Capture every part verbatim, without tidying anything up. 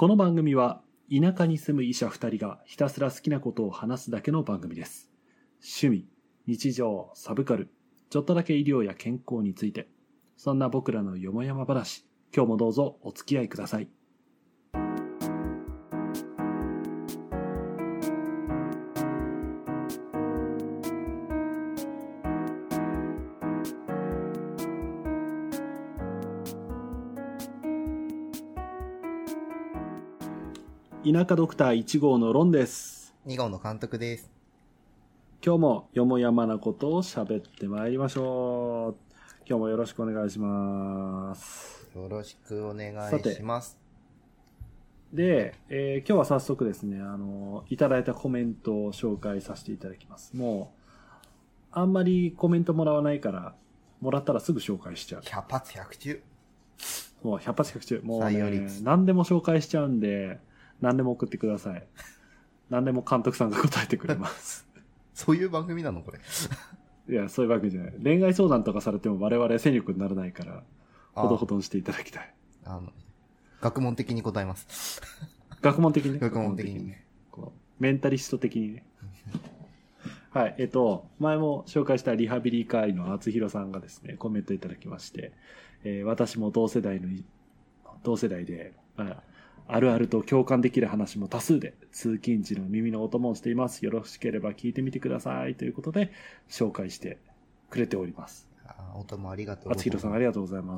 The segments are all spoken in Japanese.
この番組は田舎に住む医者ふたりがひたすら好きなことを話すだけの番組です。趣味、日常、サブカル、ちょっとだけ医療や健康について、そんな僕らのよもやま話、今日もどうぞお付き合いください。田舎ドクターいち号のロンです。 に号の監督です。 今日もよもやまなことを喋ってまいりましょう。今日もよろしくお願いします。 よろしくお願いします。 で、えー、今日は早速ですね、あの、いただいたコメントを紹介させていただきます。もう、あんまりコメントもらわないから、もらったらすぐ紹介しちゃう。 百発百中。 もう百発百中。もうね、何でも紹介しちゃうんで、何でも送ってください。何でも監督さんが答えてくれます。 そういう番組なのこれ。 いや、そういう番組じゃない。恋愛相談とかされても我々戦力にならないから、ほどほどにしていただきたい。 あの、学問的に答えます。 学問的にね。 学問的にね。 こうメンタリスト的にね。はい、えっと、前も紹介したリハビリ会の厚弘さんがですね、コメントいただきまして、えー、私も同世代の、同世代で、まああるあると共感できる話も多数で、通勤時の耳のお供をしています。よろしければ聞いてみてください。ということで、紹介してくれております。 あ、お供ありがとうございます。 厚弘さんありがとうございます。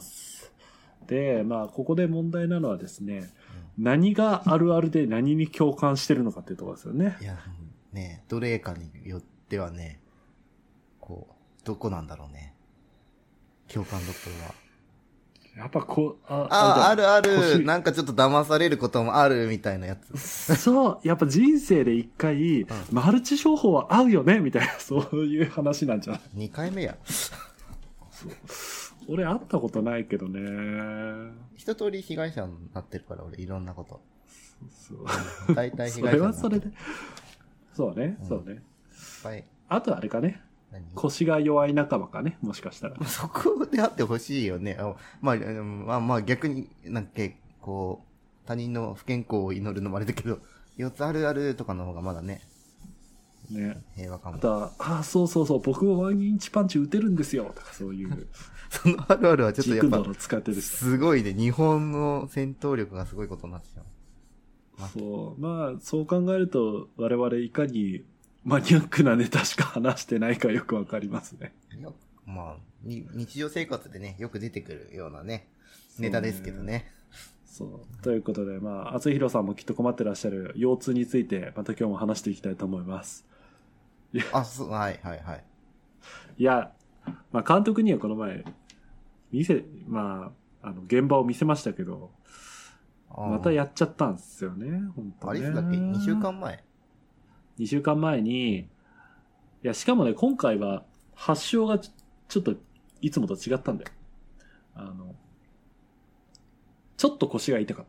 で、まあ、ここで問題なのはですね、うん、何があるあるで何に共感してるのかっていうところですよね。 いや、ね、どれかによってはね、こう、どこなんだろうね。共感どころは。 やっぱこう、 あ、あ、あるある。なんかちょっと騙されることもあるみたいなやつ。 そう、やっぱ人生で一回、うん、マルチ商法は合うよねみたいな、そういう話なんじゃない？ にかいめや。 そう。俺会ったことないけどね。 一通り被害者になってるから俺いろんなこと。 そうそう。 大体被害者になってる。 それはそれで。そうね、うん、そうね。 はい。 あとあれかね。腰が弱い仲間かね、もしかしたら。 そこであってほしいよね。まあ、まあ、まあ逆になんか、こう、他人の不健康を祈るのもあれだけど、四つあるあるとかの方がまだね。 ね。 平和かも。 あとは、ああ、そうそうそう、僕もワンインチパンチ打てるんですよ、とかそういう。 そのあるあるはちょっとやっぱ、 使ってるすごいね、日本の戦闘力がすごいことになってしまう。 そう。まあ、そう考えると、我々いかに、マニアックなネタしか話してないかよくわかりますね。 よまあ、日常生活でね、よく出てくるようなね、ネタですけどね。 そう。ということで、まあ、厚弘さんもきっと困ってらっしゃる腰痛について、また今日も話していきたいと思います。 あ、そう、はいはいはい。 いや、まあ、監督にはこの前、見せ、まあ、あの、現場を見せましたけど、またやっちゃったんですよね、本当ね。 あれだっけ ?に 週間前にしゅうかんまえに、いや、しかもね、今回は発症がちょっといつもと違ったんだよ。あの、ちょっと腰が痛かった。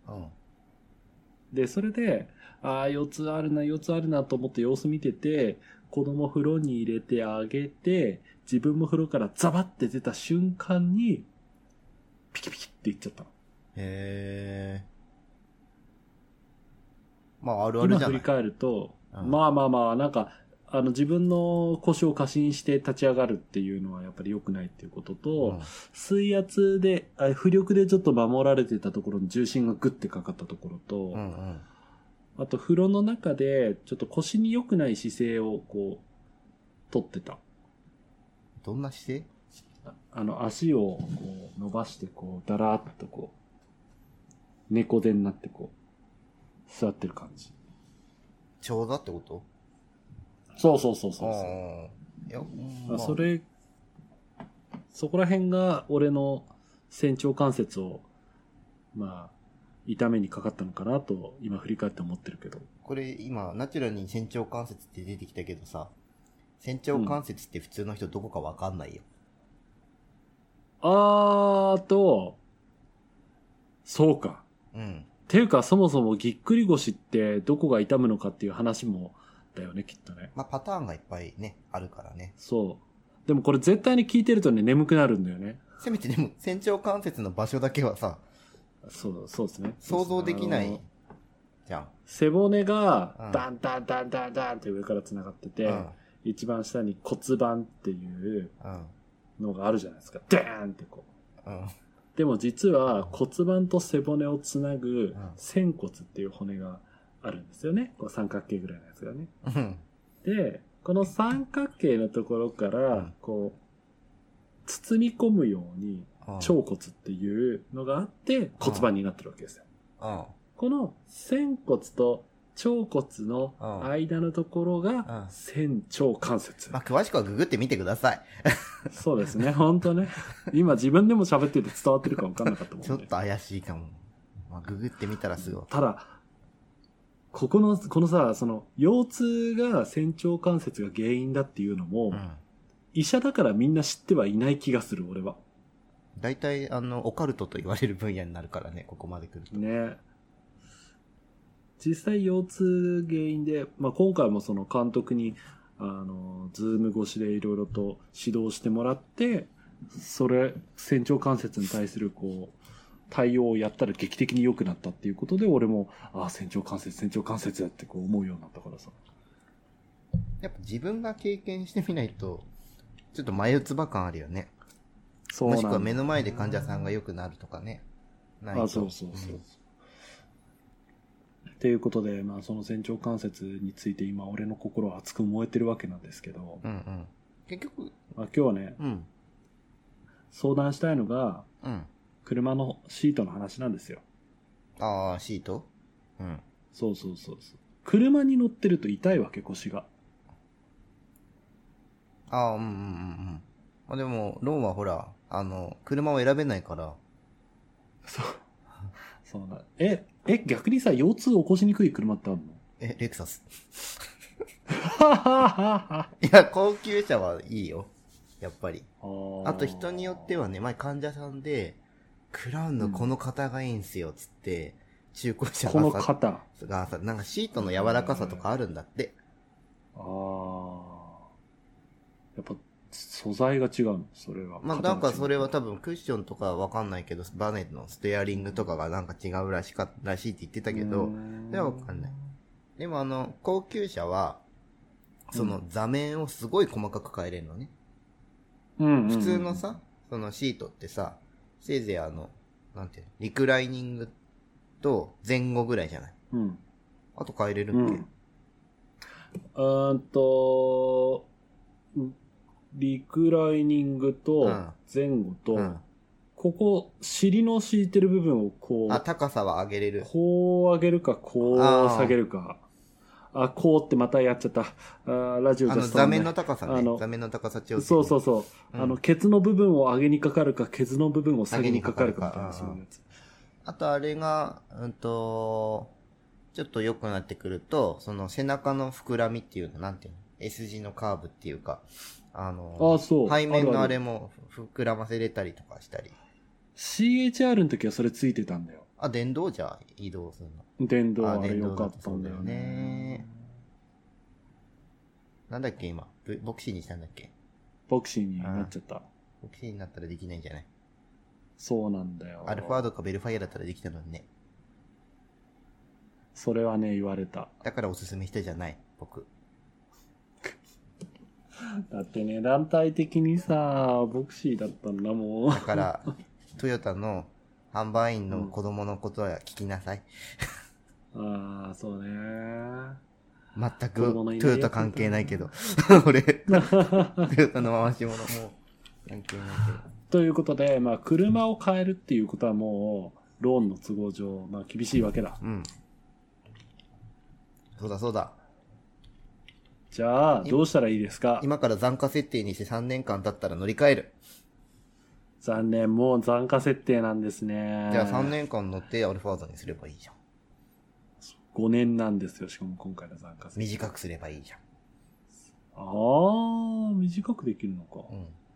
うん。で、それで、ああ、腰痛あるな、腰痛あるなと思って様子見てて、子供風呂に入れてあげて、自分も風呂からザバって出た瞬間に、ピキピキっていっちゃったの。 へー。まあ、あるあるじゃない。 今振り返ると、まあまあまあ、なんか、あの自分の腰を過信して立ち上がるっていうのはやっぱり良くないっていうことと、うん、水圧で、浮力でちょっと守られてたところに重心がグッてかかったところと、うんうん、あと風呂の中でちょっと腰に良くない姿勢をこう、取ってた。 どんな姿勢？ あ, あの足をこう伸ばしてこう、だらーっとこう、猫背になってこう、座ってる感じ。 長座ってこと？ そうそうそうそうそう。 いや、 まあ、それ、そこら辺が俺の仙腸関節を、まあ、痛めにかかったのかなと、今振り返って思ってるけど。 これ今、ナチュラルに仙腸関節って出てきたけどさ、仙腸関節って普通の人どこかわかんないよ。 うん、あーと、そうか。うん。っていうか、そもそもぎっくり腰ってどこが痛むのかっていう話もだよね、きっとね。 まあ、パターンがいっぱいね、あるからね。 そう。でもこれ絶対に聞いてるとね、眠くなるんだよね。 せめてでも、仙腸関節の場所だけはさ、 そう、そうですね。 想像できないじゃん。 背骨がうん、 ダンダンダンダンダンって上から繋がってて、 うん一番下に骨盤っていううん。 のがあるじゃないですか。ダーンってこう。 うん。 でも実は骨盤と背骨をつなぐん仙骨っていう骨があるんですよね。こう三角形ぐらいのやつがね。 うん。 で、この三角形のところから、こう、包み込むように腸骨っていうのがあって骨盤になってるわけですよ。 うん。 この仙骨と腸骨の間のところがうん仙腸関節。 まあ、詳しくはググってみてください。 そうですね、ほんとね。今自分でも喋ってて伝わってるか分かんなかったもんね。 ちょっと怪しいかも。まあ、ググってみたらすぐ。 ただ、ここの、このさ、その、腰痛が仙腸関節が原因だっていうのも、 うん。 医者だからみんな知ってはいない気がする、俺は。 大体、あの、オカルトと言われる分野になるからね、ここまで来ると。 ね。実際腰痛原因で、まあ、今回もその監督に、あの、ズーム越しでいろいろと指導してもらって、それ、仙腸関節に対するこう、対応をやったら劇的に良くなったっていうことで、俺も、ああ、仙腸関節、仙腸関節ってこう思うようになったからさ。 やっぱ自分が経験してみないと、ちょっと眉唾感あるよね。 そうなんだもしくは目の前で患者さんが良くなるとかね。ないと。 あ、そうそうそう。っていうことで、まあ、その仙腸関節について今、俺の心は熱く燃えてるわけなんですけど、 うんうん。結局、 まあ、今日はね、 うん。 相談したいのが、 うん。 車のシートの話なんですよ。 ああ、シートうん。 そうそうそうそう。車に乗ってると痛いわけ、腰が。 ああ、うんうんうんうん。まあでも、ロンはほら、あの、車を選べないから。 そう。そうな。え、え、逆にさ、腰痛起こしにくい車ってあるの？ え、レクサス。 ははははいや、高級車はいいよ。やっぱり。 は。 あと人によってはね、前患者さんで、クラウンのこの型がいいんすよ、つって、中古車このがさ、 肩。 がさ、なんかシートの柔らかさとかあるんだって。 ああ。やっぱ、素材が違うのそれは。 まあなんかそれは多分クッションとかわかんないけど、バネのステアリングとかがなんか違うらしか、らしいって言ってたけど、ではわかんない。でもあの、高級車は、その座面をすごい細かく変えれるのね。 うんうんうん、 普通のさ、そのシートってさ、せいぜいあの、なんていうの、リクライニングと前後ぐらいじゃない。 うん。 あと変えれるっけ、 うん。うーんと、リクライニングと前後と、 うんうんここ、尻の敷いてる部分をこう、 あ、高さは上げれる。 こう上げるか、こう下げるか。あこうってまたやっちゃった。あラジオあの、 じゃ伝わんない座面の高さね。 あの座面の高さ調整。 そうそうそう。 うんあの、ケツの部分を上げにかかるか、ケツの部分を下げにかかるかみたいな、 下げにかかるかそういうやつ。 あとあれが、うんと、ちょっと良くなってくると、その背中の膨らみっていうの、なんていうの ?S 字のカーブっていうか、あの、 あそう背面のあれあるも膨らませれたりとかしたり。 シーエイチアール の時はそれついてたんだよ。 あ、電動じゃ移動するの。 電動あれ電動良かったんだよそうだよね。 ね。なんだっけ今、ブボクシーにしたんだっけボクシーになっちゃった。 ボクシーになったらできないんじゃないそうなんだよ。 アルファードかベルファイアだったらできたのにね。 それはね、言われた。 だからおすすめしたじゃない、僕。 だってね、団体的にさ、ボクシーだったんだもん。 だから、トヨタの販売員の子供のことは聞きなさい。 ああ、そうね。 全く子供のいないトヨタ関係ないけど。俺、トヨタの回し物も関係ないけど。 ということで、まあ、車を変えるっていうことはもう、ローンの都合上、まあ、厳しいわけだ。 うん。そうだそうだ。 じゃあ、どうしたらいいですか？ 今から残価設定にしてさんねんかん経ったら乗り換える。 残念、もう残価設定なんですね。 じゃあさんねんかん乗ってアルファードにすればいいじゃん。 ごねんなんですよ、しかも今回の残価設定。 短くすればいいじゃん。 ああ、短くできるのか。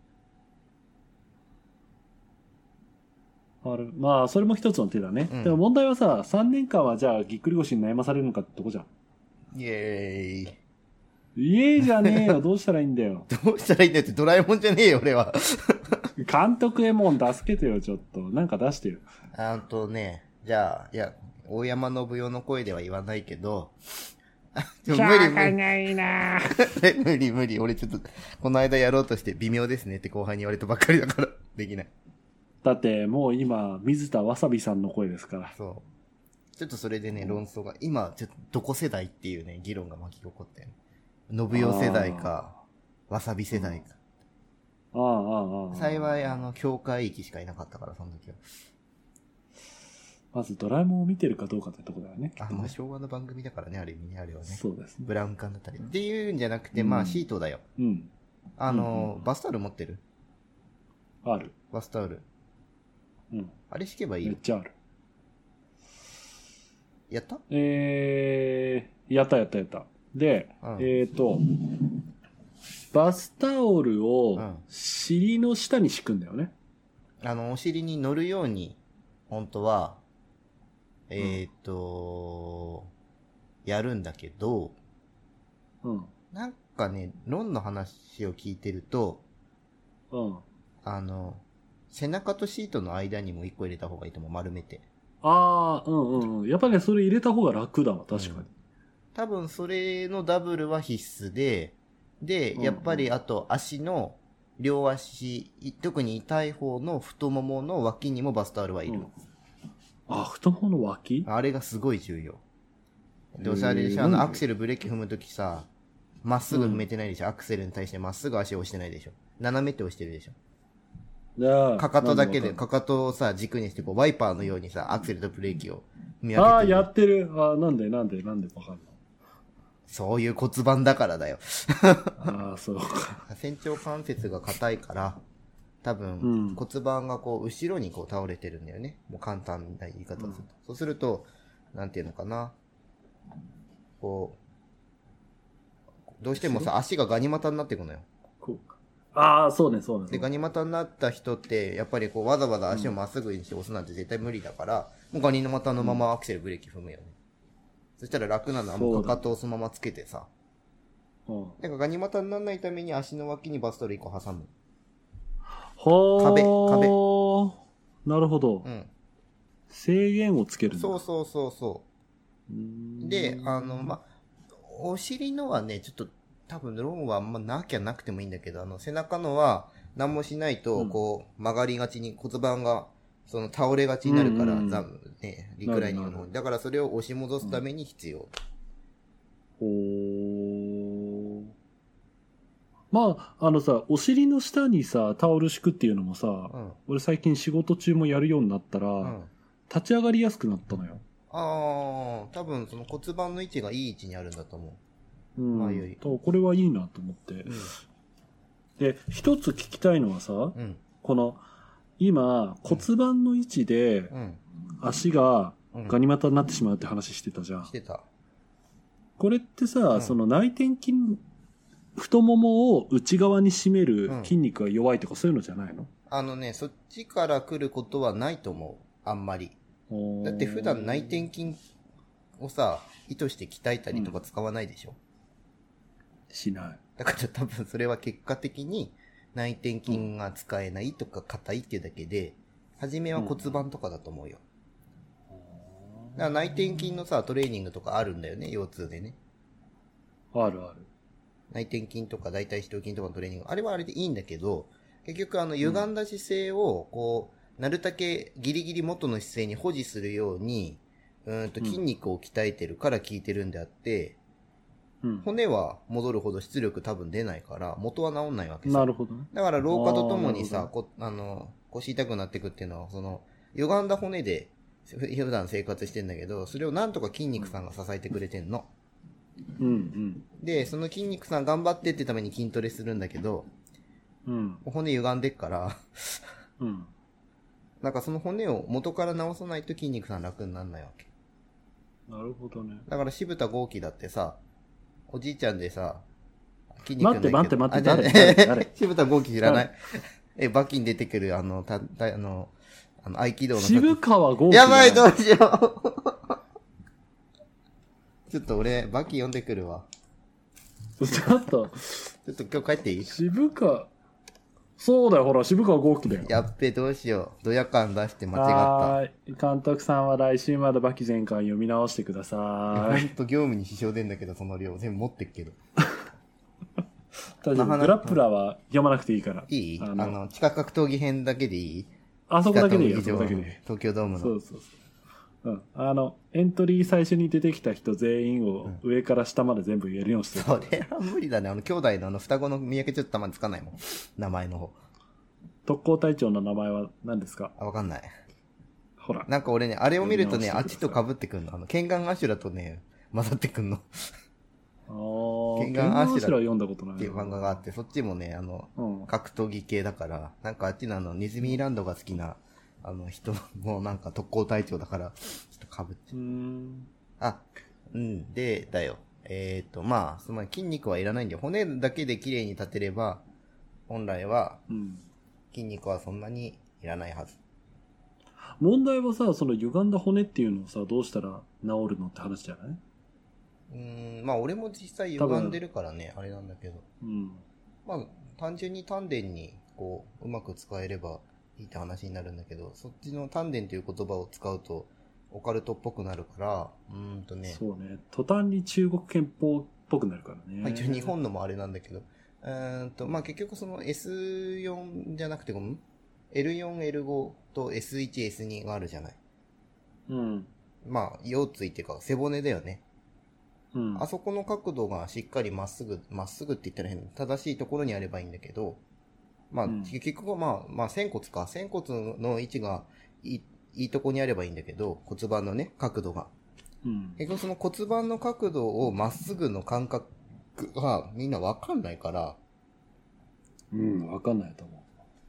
うん。 ある。まあ、それも一つの手だね。 うんでも問題はさ、さんねんかんはじゃあ、ぎっくり腰に悩まされるのかってとこじゃん。 イエーイ。 いえじゃねえよ、どうしたらいいんだよ。 どうしたらいいんだよってドラえもんじゃねえよ、俺は。 監督エモン助けてよ、ちょっと。なんか出してよ。 あんとね、じゃあ、いや、大山信代の声では言わないけど、でも無理無理。 ないな無理無理。俺ちょっと、この間やろうとして微妙ですねって後輩に言われたばっかりだから、できない。 だって、もう今、水田わさびさんの声ですから。 そう。ちょっとそれでね、論争が、今、ちょっとどこ世代っていうね、議論が巻き起こってる。信代世代か、わさび世代か。 ああ、ああ、ああ。 幸い、あの、境界域しかいなかったから、その時は。 まずドラえもんを見てるかどうかってとこだよね。 あ、まあ昭和の番組だからね、ある意味ね、あれはね。 そうですね。 ブラウン管だったり。っていうんじゃなくて、まあシートだよ。 うん。 あの、 うん、 バスタオル持ってる？ ある。 バスタオル。 うん。 あれ敷けばいいよ。 めっちゃある。 やった？ えー、やったやったやった。で、うん、えっと、バスタオルを尻の下に敷くんだよね。 うん、あの、お尻に乗るように、本当は、えっ、ー、と、うん、やるんだけど、 うん。 なんかね、ロンの話を聞いてると、 うん。 あの、背中とシートの間にも一個入れた方がいいと思う、丸めて。 ああ、うんうんうん。やっぱりね、それ入れた方が楽だわ、確かに。うん、 多分、それのダブルは必須で、で、やっぱり、あと、足の、両足、特に痛い方の太ももの脇にもバスタオルはいる。うん、 あ、太ももの脇？ あれがすごい重要。で、おしゃれでしょ、あの、アクセルブレーキ踏むときさ、まっすぐ踏めてないでしょ、うん、アクセルに対してまっすぐ足を押してないでしょ。斜めって押してるでしょ。かかとだけで、かかとをさ、軸にして、こう、ワイパーのようにさ、アクセルとブレーキを見分けてる。ああ、やってる。ああ、なんで、なんで、なんでわかんない。 そういう骨盤だからだよ。 ああ、そうか。 仙腸関節が硬いから、多分、うん、骨盤がこう、後ろにこう倒れてるんだよね。もう簡単な言い方をすると。うん、そうすると、なんていうのかな。こう、どうしてもさ、足がガニ股になっていくのよ。 こうか。ああ、そうね、そうね。 で、ガニ股になった人って、やっぱりこう、わざわざ足をまっすぐにして押すなんて絶対無理だから、もうガニ股のままアクセルブレーキ踏むよね。うん、そしたら楽なのはもうかかとをそのままつけてさ。うん。なんかガニ股にならないために足の脇にバストルいっこ挟む。 はあ。 壁、壁。 なるほど。 うん。 制限をつけるんだ。 そうそうそうそう。で、あの、ま、お尻のはね、ちょっと、多分ローンはあんまなきゃなくてもいいんだけど、あの、背中のは何もしないと、こう、曲がりがちに骨盤が、その倒れがちになるから、ザム、ね、リクライニングの方に。だからそれを押し戻すために必要。 うん、おー。まあ、あのさ、お尻の下にさ、タオル敷くっていうのもさ、うん、俺最近仕事中もやるようになったら、うん、立ち上がりやすくなったのよ。 ああ、多分その骨盤の位置がいい位置にあるんだと思う。 うん。前より。これはいいなと思って。うん、で、一つ聞きたいのはさ、うん、この、今、骨盤の位置で、足がガニ股になってしまうって話してたじゃん。 してた。 これってさ、うん、その内転筋、太ももを内側に締める筋肉が弱いとかそういうのじゃないの？ あのね、そっちから来ることはないと思う。あんまり。だって普段内転筋をさ、意図して鍛えたりとか使わないでしょ？ うん、しない。 だから多分それは結果的に内転筋が使えないとか硬いっていうだけで、初めは骨盤とかだと思うよ。だから内転筋のさ、トレーニングとかあるんだよね、腰痛でね。 あるある。 内転筋とか大腿四頭筋とかのトレーニング。あれはあれでいいんだけど、結局あの歪んだ姿勢を、こう、なるだけギリギリ元の姿勢に保持するように、うんと筋肉を鍛えてるから効いてるんであって、うん、骨は戻るほど出力多分出ないから、元は治んないわけさ。 なるほどね。 だから老化とともにさ、こあの、腰痛くなってくっていうのは、その、歪んだ骨で普段生活してんだけど、それをなんとか筋肉さんが支えてくれてんの。 うんうん。 で、その筋肉さん頑張ってってために筋トレするんだけど、 うん。 骨歪んでっから、 うん。 なんかその骨を元から直さないと筋肉さん楽にならないわけ。 なるほどね。 だから渋田豪輝だってさ、おじいちゃんでさ、筋肉待って待って待って、誰誰誰渋田豪輝知らないえ、バキに出てくる、あの、た、た、あの、あの、合気道の。 渋川豪輝。 やばい、どうしよう。ちょっと俺、バキ読んでくるわ。 ちょっと。 ちょっと今日帰っていい？ 渋川、 そうだよ、ほら、渋川豪樹だよ。 やっべ、どうしよう。ドヤ感出して間違った。 はーい。監督さんは来週までバキ全巻読み直してくださほい。 んと業務に支障出んだけど、その量。全部持ってっけど。 大丈夫。グラップラーは読まなくていいから。 いいああの、 の、地下格闘技編だけでいいあそこだけでいいよ、 地下闘技場あそこだけでいい。 東京ドームの。 そうそうそう。うん。あの、エントリー最初に出てきた人全員を上から下まで全部言えるようにしてる。 それは無理だね。あの、兄弟のあの、双子の見分けちょっとたまにつかないもん。名前の方。 特攻隊長の名前は何ですか？ あ、わかんない。 ほら。 なんか俺ね、あれを見るとね、あっちとか被ってくんの。あの、ケンガンアシュラとね、混ざってくんの。 あー、 ケンガケンガンアンアシュラシュラ読んだことないな。 っていう漫画があって、そっちもね、あの、 うん。 格闘技系だから、なんかあっちのあの、ネズミランドが好きな、あの人もなんか特攻隊長だから、ちょっと被っちゃう。 うーん。 あ、うん、で、だよ。えっ、ー、と、まあ、つまり筋肉はいらないんだよ。骨だけで綺麗に立てれば、本来はうん。 筋肉はそんなにいらないはず。 問題はさ、その歪んだ骨っていうのをさ、どうしたら治るのって話じゃないうーん、まあ俺も実際歪んでるからね、あれなんだけど。 うん。 まあ、単純に丹田に、こう、うまく使えればいいって話になるんだけど、そっちの丹田という言葉を使うと、オカルトっぽくなるから、うーんとね。 そうね。途端に中国憲法っぽくなるからね。 まあ一応日本のもあれなんだけど、うーんと、まあ結局その エスよん じゃなくて、ん エルよん、エルご と エスワン、エスツー があるじゃない。 うん。 まあ、腰椎っていうか背骨だよね。 うん。 あそこの角度がしっかりまっすぐ、まっすぐって言ったら変、正しいところにあればいいんだけど、まあ、うん、結局まあ、まあ、仙骨か。仙骨の位置がいい、いいとこにあればいいんだけど、骨盤のね、角度が。 うん。 結局その骨盤の角度をまっすぐの感覚がみんなわかんないから。 うん、わかんないと思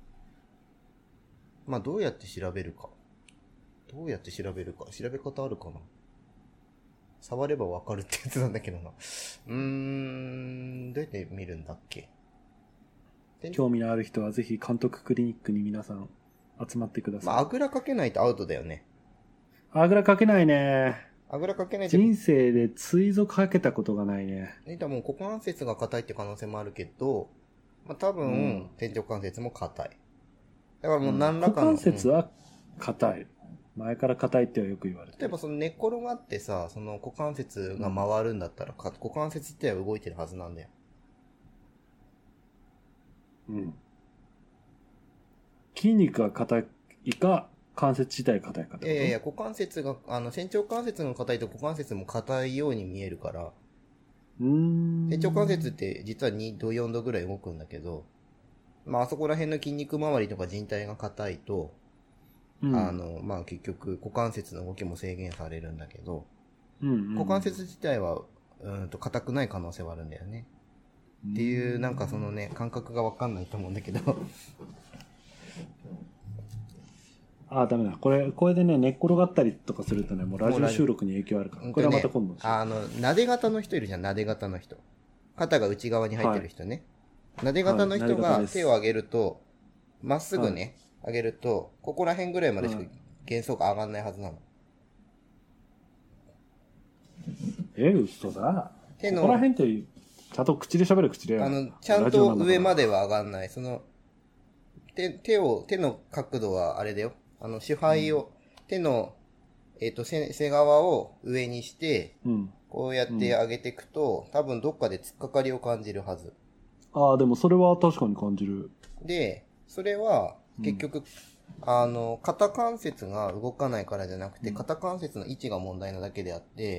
う。まあ、どうやって調べるか。どうやって調べるか。調べ方あるかな。触ればわかるってやつなんだけどな。うーん、どうやって見るんだっけ。 興味のある人はぜひ監督クリニックに皆さん集まってください。 まあ、あぐらかけないとアウトだよね。 あぐらかけないね。 あぐらかけないと。 人生で追属かけたことがないね。 え、でも股関節が硬いって可能性もあるけど、まあ多分、うん、天井関節も硬い。だからもう何らかの。 股関節は硬い。うん前から硬いってはよく言われてる。 例えばその寝っ転がってさ、その股関節が回るんだったら、うん、股関節っては動いてるはずなんだよ。 うん。筋肉が硬いか、関節自体が硬いかってこと？ いやいや、股関節が、あの、仙腸関節が硬いと股関節も硬いように見えるから。 うーん。 仙腸関節って実はにど、よんどぐらい動くんだけど、まああそこら辺の筋肉周りとか靭帯が硬いと、うん、あの、まあ、結局、股関節の動きも制限されるんだけど、 うんうん、 股関節自体は、うんと、硬くない可能性はあるんだよね。っていう、なんかそのね、感覚がわかんないと思うんだけど。 ああ、ダメだ。これ、これでね、寝っ転がったりとかするとね、もうラジオ収録に影響あるから。これはまた今度、ね。 あの、撫で型の人いるじゃん、撫で型の人。肩が内側に入ってる人ね。はい、撫で型の人が手を上げると、まっすぐね、はい上げると、ここら辺ぐらいまでしか幻想が上がんないはずなの。 え、嘘だ。手の。ここら辺って、ちゃんと口で喋る口で。 あの、ちゃんと上までは上がんない。その、手、手を、手の角度はあれだよ。あの、手背を、うん、手の、えっ、ー、と、背、背側を上にして、うん、こうやって上げていくと、うん、多分どっかで突っかかりを感じるはず。 ああ、でもそれは確かに感じる。 で、それは、結局、うん、あの、肩関節が動かないからじゃなくて、うん、肩関節の位置が問題なだけであって、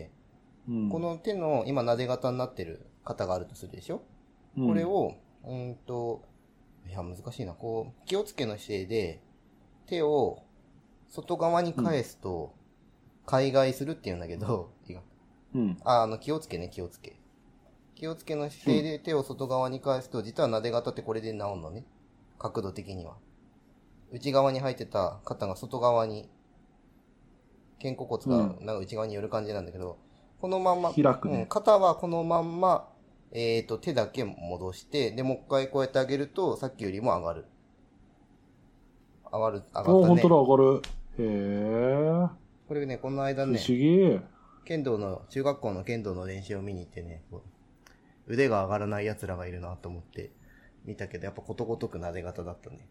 うん、この手の、今、撫で型になってる肩があるとするでしょ、うん、これを、うんと、いや、難しいな。こう、気をつけの姿勢で、手を外側に返すと、海外するって言うんだけど、うん、あ、あの、気をつけね、気をつけ。気をつけの姿勢で手を外側に返すと、実は撫で型ってこれで治るのね。角度的には。内側に入ってた肩が外側に、肩甲骨がなんか内側に寄る感じなんだけど、うん、このまんま、 開くね、 うん、肩はこのまんま、えっと、手だけ戻して、で、もう一回こうやって上げると、さっきよりも上がる。上がる、上がったね。 お、ほんとだ、上がる。へえ。 これね、この間ね、 不思議。 剣道の、中学校の剣道の練習を見に行ってね、腕が上がらない奴らがいるなと思って、 見たけど、やっぱことごとくなで型だったね。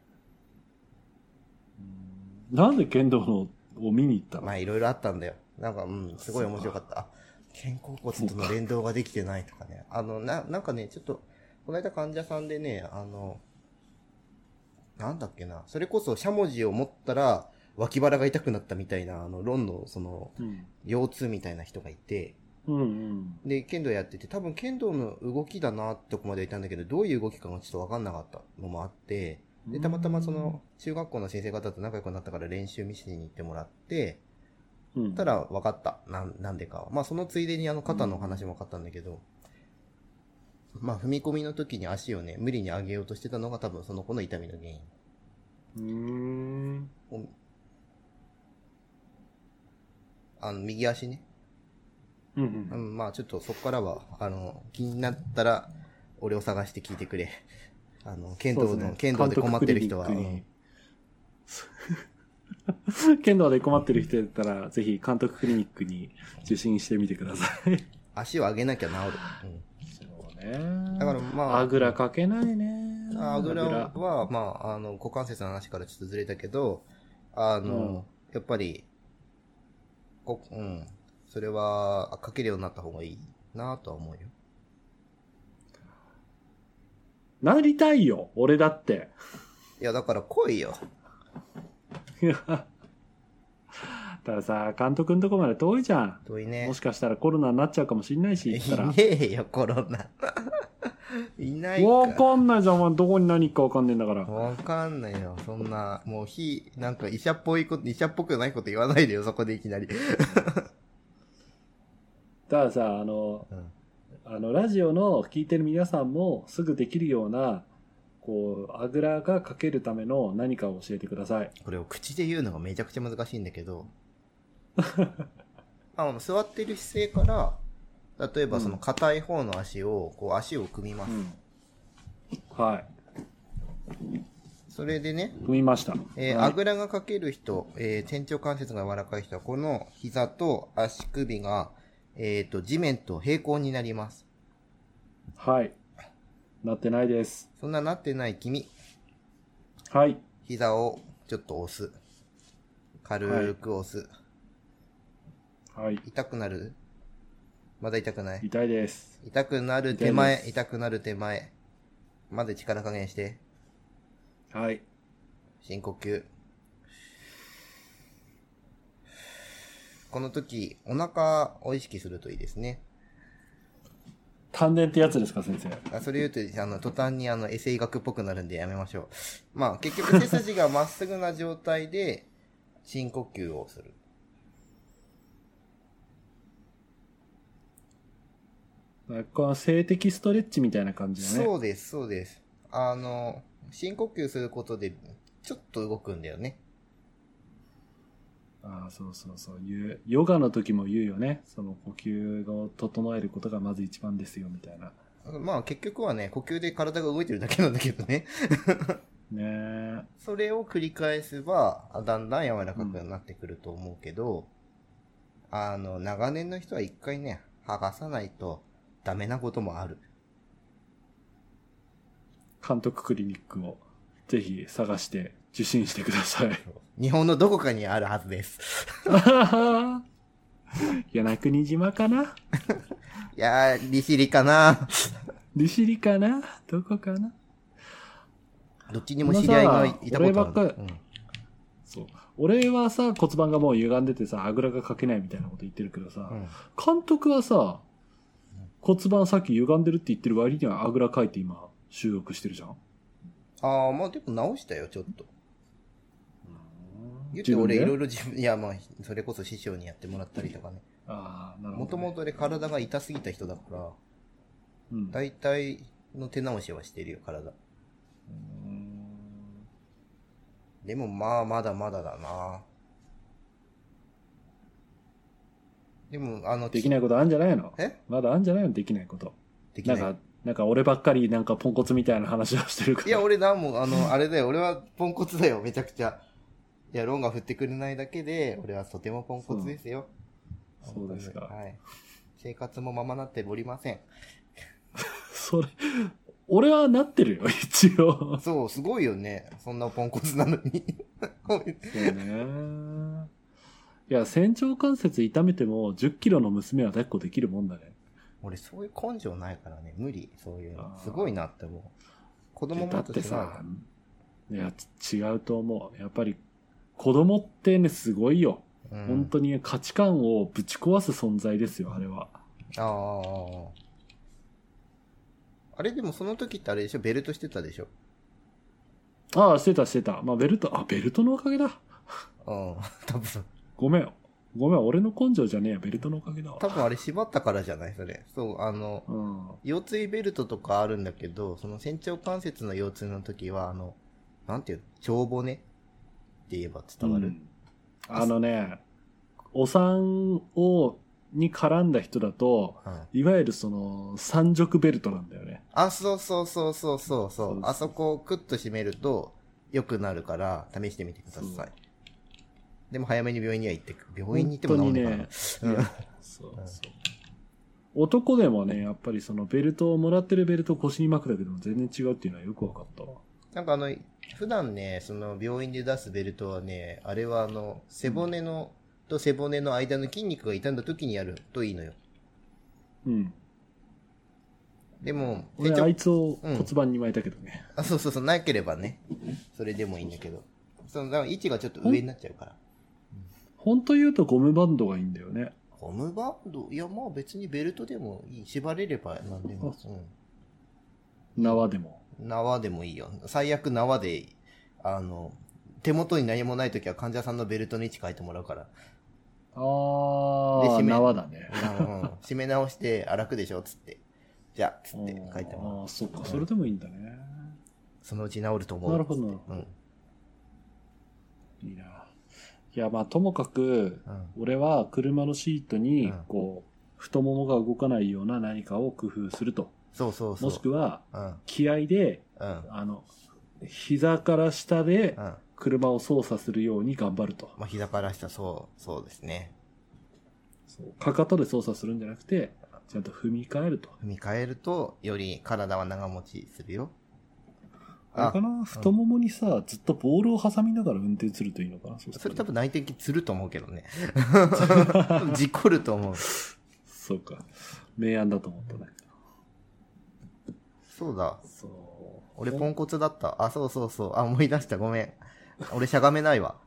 なんで剣道のを見に行ったの？ まあいろいろあったんだよ。なんか、うん、すごい面白かった。あ、肩甲骨との連動ができてないとかね。あの、な、なんかね、ちょっと、この間患者さんでね、あの、なんだっけな、それこそしゃもじを持ったら脇腹が痛くなったみたいな、あの、論の、その、うん、腰痛みたいな人がいて、 うんうん、 で、剣道やってて、多分剣道の動きだなってとこまでいたんだけど、どういう動きかがちょっとわかんなかったのもあって、で、たまたまその、中学校の先生方と仲良くなったから練習見せに行ってもらって、うん、たら分かった。なん、なんでかは。まあそのついでにあの肩の話も分かったんだけど、うん、まあ踏み込みの時に足をね、無理に上げようとしてたのが多分その子の痛みの原因。 うーん。 あの、右足ね。 うんうんうん、 まあちょっとそこからは、あの、気になったら、俺を探して聞いてくれ。あの、剣道の、ね、剣道で困ってる人は。 剣道で困ってる人だったら、ぜひ監督クリニックに受診してみてください。 足を上げなきゃ治る。 うん、そうね。 だからまあ。 あぐらかけないね。 あぐらは、まあ、あの、股関節の話からちょっとずれたけど、あの、うん、やっぱり、こ、うん。それは、かけるようになった方がいいなとは思うよ。 なりたいよ、俺だって。 いや、だから来いよ。 いや。たださ、監督のとこまで遠いじゃん。 遠いね。 もしかしたらコロナになっちゃうかもしんないし、 いねえよ、コロナ。いないか。 わかんないじゃん、お前どこに何かわかんねえんだから。 わかんないよ、そんな、もうひ、なんか医者っぽいこと、医者っぽくないこと言わないでよ、そこでいきなり。 たださ、あの、うん、あの、ラジオの聞いてる皆さんもすぐできるような、こう、あぐらがかけるための何かを教えてください。 これを口で言うのがめちゃくちゃ難しいんだけど、あの座ってる姿勢から、例えばその硬い方の足を、こう足を組みます。うん、 はい。 それでね、 組みました。 えーはい、あぐらがかける人、えー、天頂関節が柔らかい人は、この膝と足首が、えっと、地面と平行になります。 はい。なってないです。 そんななってない君。 はい。 膝をちょっと押す。軽く押す。 はい。 痛くなる？まだ痛くない？ 痛いです。 痛くなる手前、痛くなる手前。まで力加減して。 はい。 深呼吸。この時、お腹を意識するといいですね。 丹田ってやつですか、先生。 あ、それ言うと、あの、途端にあの、エセ医学っぽくなるんでやめましょう。まあ、結局背筋がまっすぐな状態で、深呼吸をする。 この静的ストレッチみたいな感じだね。 そうです、そうです。あの、深呼吸することで、ちょっと動くんだよね。 ああ、そうそうそう。言う。ヨガの時も言うよね。その呼吸を整えることがまず一番ですよ、みたいな。 まあ結局はね、呼吸で体が動いてるだけなんだけどね。 ねえ。 それを繰り返せば、だんだん柔らかくなってくると思うけど、うん、あの、長年の人は一回ね、剥がさないとダメなこともある。 監督クリニックをぜひ探して受診してください。 日本のどこかにあるはずです。 与那国島かな。 いやー、利尻かな。 利尻かな、どこかな。 どっちにも知り合いがいたことある。 俺ばっかり、うん、そう。俺はさ、骨盤がもう歪んでてさ、あぐらがかけないみたいなこと言ってるけどさ、うん、監督はさ、骨盤さっき歪んでるって言ってる割にはあぐらかいて今収録してるじゃん。 ああ、まあでも直したよ、ちょっと。言って俺いろいろ自分、いやまあ、それこそ師匠にやってもらったりとかね。 ああ、なるほど、ね。 もともと俺体が痛すぎた人だから、うん。大体の手直しはしてるよ、体。うーん。でもまあ、まだまだだな。でも、あの、 できないことあるんじゃないの？ え？ まだあるんじゃないの？できないこと。できない。なんか、なんか俺ばっかりなんかポンコツみたいな話をしてるから。 いや、俺なんも、あの、あれだよ。俺はポンコツだよ、めちゃくちゃ。いや、ロンが振ってくれないだけで、俺はとてもポンコツですよ。 そう、そうですか。 はい。生活もままなっておりません。 それ、 俺はなってるよ、一応。 そう、すごいよね。そんなポンコツなのに。 そうね。いや、仙腸関節痛めてもじゅっキロの娘は抱っこできるもんだね。 俺そういう根性ないからね、無理、そういうの。すごいなって思う。子供もだって違うさ、いや、違うと思う。やっぱり子供ってね、すごいよ。 うん、 本当に価値観をぶち壊す存在ですよ、あれは。 ああ。あれでもその時ってあれでしょ、ベルトしてたでしょ。 ああ、してたしてた。まあ、ベルト、あ、ベルトのおかげだ。 うん、多分。 ごめん。ごめん、俺の根性じゃねえや、ベルトのおかげだわ。 多分あれ縛ったからじゃないそれ。そう、あの、 うん。 腰椎ベルトとかあるんだけど、その仙腸関節の腰椎の時は、あの、なんていうの、腸骨って言えば伝わる、 うん、あのね、お産を、に絡んだ人だと、 うん、 いわゆるその、三軸ベルトなんだよね。 あ、そうそうそうそうそうそう。 そうそうあそこをクッと締めると良くなるから試してみてください。でも早めに病院には行ってく。病院に行っても治んないかな。 ね、そうそう。男でもね、やっぱりそのベルトをもらってるベルトを腰に巻くだけでも全然違うっていうのはよくわかったわ。 なんかあの、普段ね、その病院で出すベルトはね、あれはあの、背骨の、うん、と背骨の間の筋肉が傷んだ時にやるといいのよ。 うん。 でも、 俺あいつを骨盤に巻いたけどね。 うん、あ、そうそうそう、なければね。それでもいいんだけど。その、だから位置がちょっと上になっちゃうから。 本当言うとゴムバンドがいいんだよね。 ゴムバンドいや、まあ別にベルトでもいい。縛れれば何でも。 うん。縄でも。 縄でもいいよ。最悪縄で、あの、手元に何もないときは患者さんのベルトの位置変えてもらうから。 あー、縄だね。 うん。締め直して、あ、楽でしょつって。じゃあ、つって書いてもらう。 ああ、そっか、それでもいいんだね。 そのうち治ると思う。 なるほど。うん。いいな。いや、まあ、ともかく、うん、俺は車のシートに、こう、太ももが動かないような何かを工夫すると。 そうそうそう。 もしくは、うん、気合で、うん、あの、膝から下で、車を操作するように頑張ると。 まあ、膝から下、そう、そうですね。 そう。かかとで操作するんじゃなくて、ちゃんと踏み替えると。 踏み替えると、より体は長持ちするよ。 あれかな、太ももにさ、うん、ずっとボールを挟みながら運転するといいのかな。 そ, それ多分内転筋つると思うけどね。事故ると思う。 そうか。明暗だと思ったね。 そうだ。 そう。 俺ポンコツだった。あ、そうそうそう。あ、思い出した。ごめん。俺しゃがめないわ。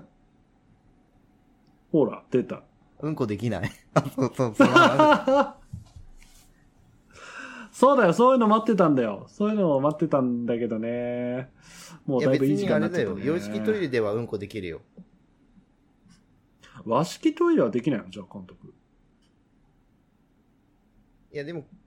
ほら、出た。 うんこできない。あ、そうそうそう。 そうだよ、そういうの待ってたんだよ。そういうのを待ってたんだけどね。もうだいぶいい時間になっちゃった、ね。 いや別にあれだよ。洋式トイレではうんこできるよ。 和式トイレはできないのじゃあ、監督。 いや、でも、ん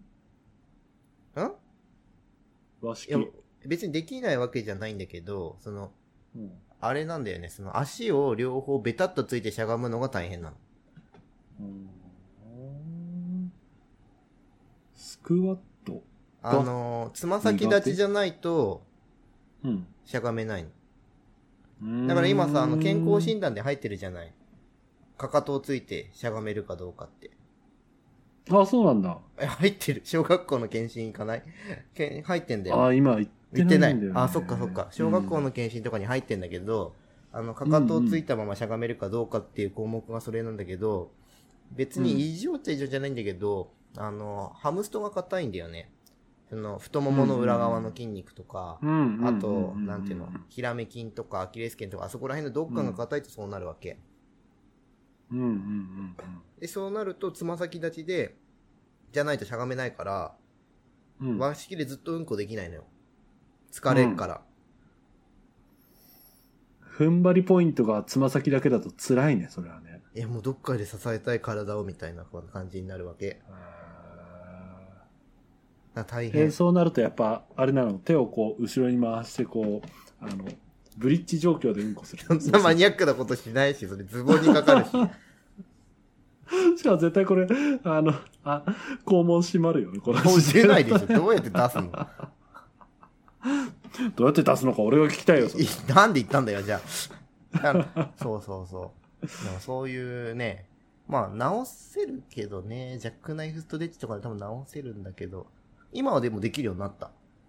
和式。 いや、別にできないわけじゃないんだけど、その、うん、あれなんだよね。その足を両方ベタっとついてしゃがむのが大変なの。うん、 スクワットあのー、つま先立ちじゃないと、 うん。 しゃがめないの。だから今さ、あの、健康診断で入ってるじゃない。かかとをついてしゃがめるかどうかって。 あ、そうなんだ。 え、入ってる。小学校の検診行かない？け入ってんだよ。 あ、今行ってないんだよね。 行ってない。あ、そっかそっか。小学校の検診とかに入ってんだけど、うん、あの、かかとをついたまましゃがめるかどうかっていう項目がそれなんだけど、別に異常っちゃ異常じゃないんだけど、うん、あの、ハムストが硬いんだよね。その、太ももの裏側の筋肉とか、うんうん、あと、なんていうの、ヒラメ筋とかアキレス腱とか、あそこら辺のどっかが硬いとそうなるわけ。 うんうんうんうん、 で、そうなると、つま先立ちで、じゃないとしゃがめないから、うん、和式でずっとうんこできないのよ。疲れっから。 うん、踏ん張りポイントがつま先だけだと辛いね、それはね。 いや、もうどっかで支えたい体をみたいな感じになるわけ。大変。 えー、そうなるとやっぱ、あれなの、手をこう、後ろに回して、こう、あの、ブリッジ状況でうんこする。 そんなマニアックなことしないし、それズボンにかかるし。 しかも絶対これ、あの、あ、肛門閉まるよね、これ。 もう出ないでしょ。どうやって出すのどうやって出すのか俺が聞きたいよ、それ。 なんで言ったんだよ、じゃあ。そうそうそう。でもそういうね、まあ直せるけどね、ジャックナイフストレッチとかで多分直せるんだけど、今はでもできるようになった。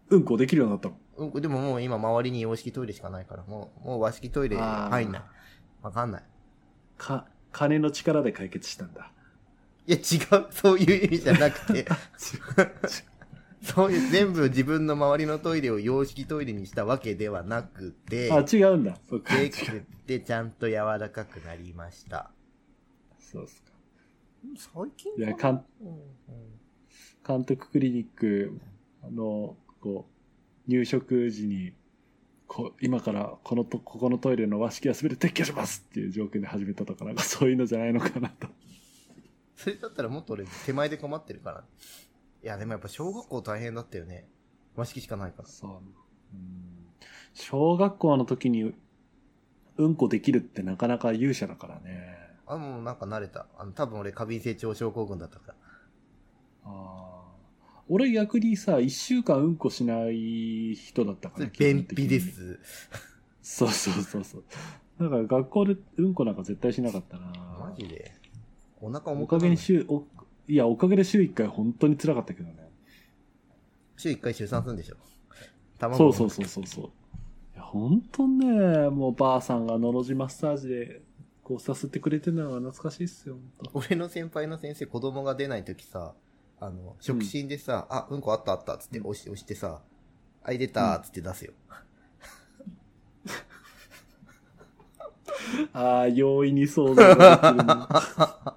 うんこできるようになったの？ うんこ、でももう今周りに洋式トイレしかないから、もう、もう和式トイレ入んない。わかんない。 か、金の力で解決したんだ。 いや違う、そういう意味じゃなくて、そういう全部自分の周りのトイレを洋式トイレにしたわけではなくて、 あ、違うんだ。そっか。 でくてちゃんと柔らかくなりました。 そうっすか。 最近いや、かん、 うんうん、 監督クリニック、あの、こう、入植時に、こ今からこのと、ここのトイレの和式は全て撤去しますっていう条件で始めたとか、なんかそういうのじゃないのかなと。 それだったらもっと俺手前で困ってるから。いや、でもやっぱ小学校大変だったよね。和式しかないから。 そう。うん、小学校の時に、うんこできるってなかなか勇者だからね。 あ、もうなんか慣れた。あの、多分俺過敏性腸症候群だったから。 ああ。俺逆にさ、一週間うんこしない人だったから。 便秘です。 そうそうそうそう。だから学校でうんこなんか絶対しなかったな。 マジでお腹重くなる。 おかげに週、お、いや、おかげで週一回本当に辛かったけどね。 週一回週三するんでしょ。 そうそうそうそうそう。いや、本当ね、もうばあさんがのろじマッサージで、こうさせてくれてるのが懐かしいっすよ、本当。 俺の先輩の先生、子供が出ないときさ、あの、触診でさ、うん、あ、うんこあったあったっつって押し、押してさ、あい出たーっつって出すよ。 うん、ああ、容易に想像が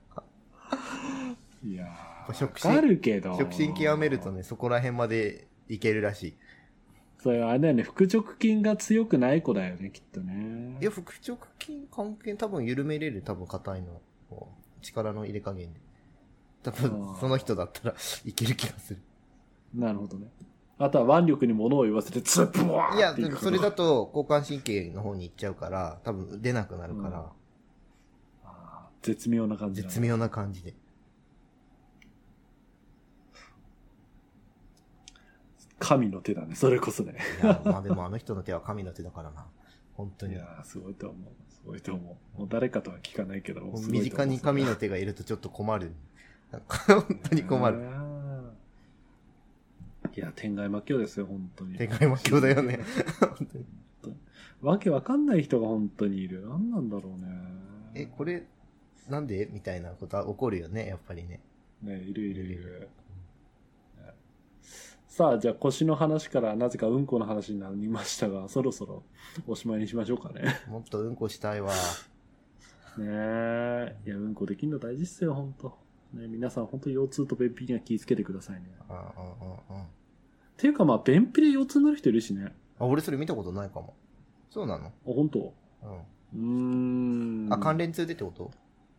できる、ね。いやー、わかるけど。 触診極めるとね、そこら辺までいけるらしい。 それあれだよね、腹直筋が強くない子だよね、きっとね。 いや、腹直筋関係多分緩めれる、多分硬いの。力の入れ加減で。多分、その人だったらいける気がする。 なるほどね。あとは腕力に物を言わせて、ツッブワーいや、でもそれだと交感神経の方に行っちゃうから、多分出なくなるから。うん、 あ、絶妙な感じ。 絶妙な感じで。 神の手だね、それこそね。 いや、まあでもあの人の手は神の手だからな。本当に。 いや、すごいと思う。すごいと思う。もう誰かとは聞かないけど。 身近に神の手がいるとちょっと困る。本当に困る。 いや、天外魔境ですよ、本当に。 天外魔境だよね。本当に。 わけわかんない人が本当にいる。何なんだろうね。 え、これ、なんでみたいなことは起こるよね、やっぱりね。 ね、いるいるいる。さあ、じゃあ腰の話からなぜかうんこの話になりましたが、そろそろおしまいにしましょうかね。 もっとうんこしたいわ。 ねえ。いや、うんこできるの大事っすよ、ほんと。ね、皆さん本当に腰痛と便秘には気をつけてくださいね。 ああ、ああ、ああ。 っていうかまあ、便秘で腰痛になる人いるしね。 あ、俺それ見たことないかも。そうなの？あ、 本当？うん。うーん。 あ、関連痛でってこと？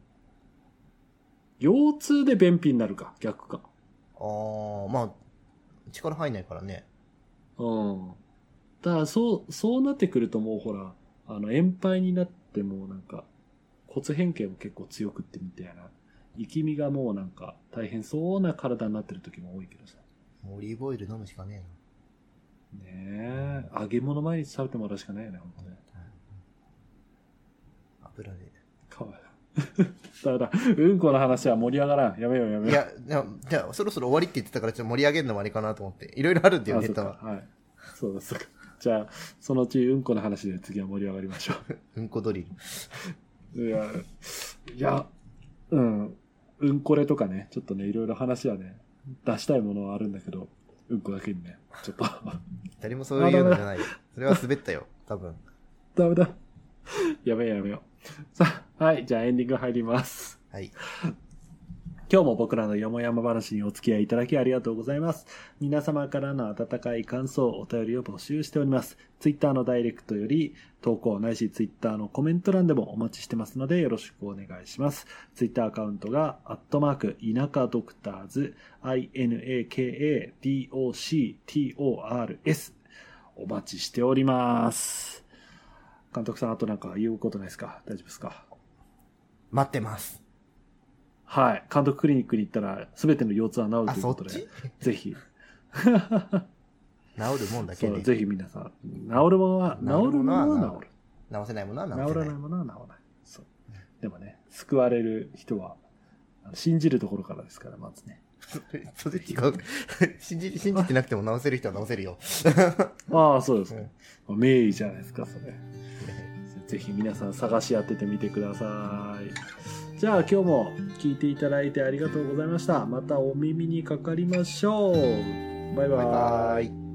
腰痛で便秘になるか、逆か。 ああ、まあ、力入んないからね。 うん。だからそう、そうなってくるともうほら、あの、円敗になってもなんか、骨変形も結構強くってみたいな。生き身がもうなんか大変そうな体になってる時も多いけどさ。 オリーブオイル飲むしかねえな。ねえ。揚げ物毎日食べてもらうしかないよね、ほんとね。 油で。 かわいい。だから、うんこの話は盛り上がらん。やめようやめよう。 いや、じゃあ、そろそろ終わりって言ってたから、ちょっと盛り上げるのもありかなと思って。いろいろあるんだよ、ネタは。 はい。そうだ、そうか。じゃあ、そのうちうんこの話で次は盛り上がりましょう。 うんこドリル。いや、いや、うん。うんこれとかね、ちょっとね、いろいろ話はね、出したいものはあるんだけど、うんこだけにね、ちょっと。 誰もそういうのじゃない。それは滑ったよ、多分。 ダメだ。やめようやめよう。さあ、はい、じゃあエンディング入ります。 はい。 今日も僕らのよもやま話にお付き合いいただきありがとうございます。皆様からの温かい感想、お便りを募集しております。ツイッターのダイレクトより投稿ないしツイッターのコメント欄でもお待ちしてますのでよろしくお願いします。ツイッターアカウントがアットマーク田舎ドクターズ イナカドクターズ お待ちしております。監督さん、あとなんか言うことないですか？大丈夫ですか？ 待ってます。 はい。監督クリニックに行ったら、すべての腰痛は治るということで、ぜひ。 治るもんだけで。ぜひ皆さん。治るものは、治るものは治る。 治せないものは治せない。治らないものは治らない。そう。でもね、救われる人は、 信じるところからですから、まずね。 それ違う。信じ、信じてなくても直せる人は直せるよ。 ああ、そうですね。名医じゃないですか、それ。ぜひ皆さん探し当ててみてください。じゃあ今日も聞いていただいてありがとうございました。またお耳にかかりましょう。バイバイ。 バイバイ。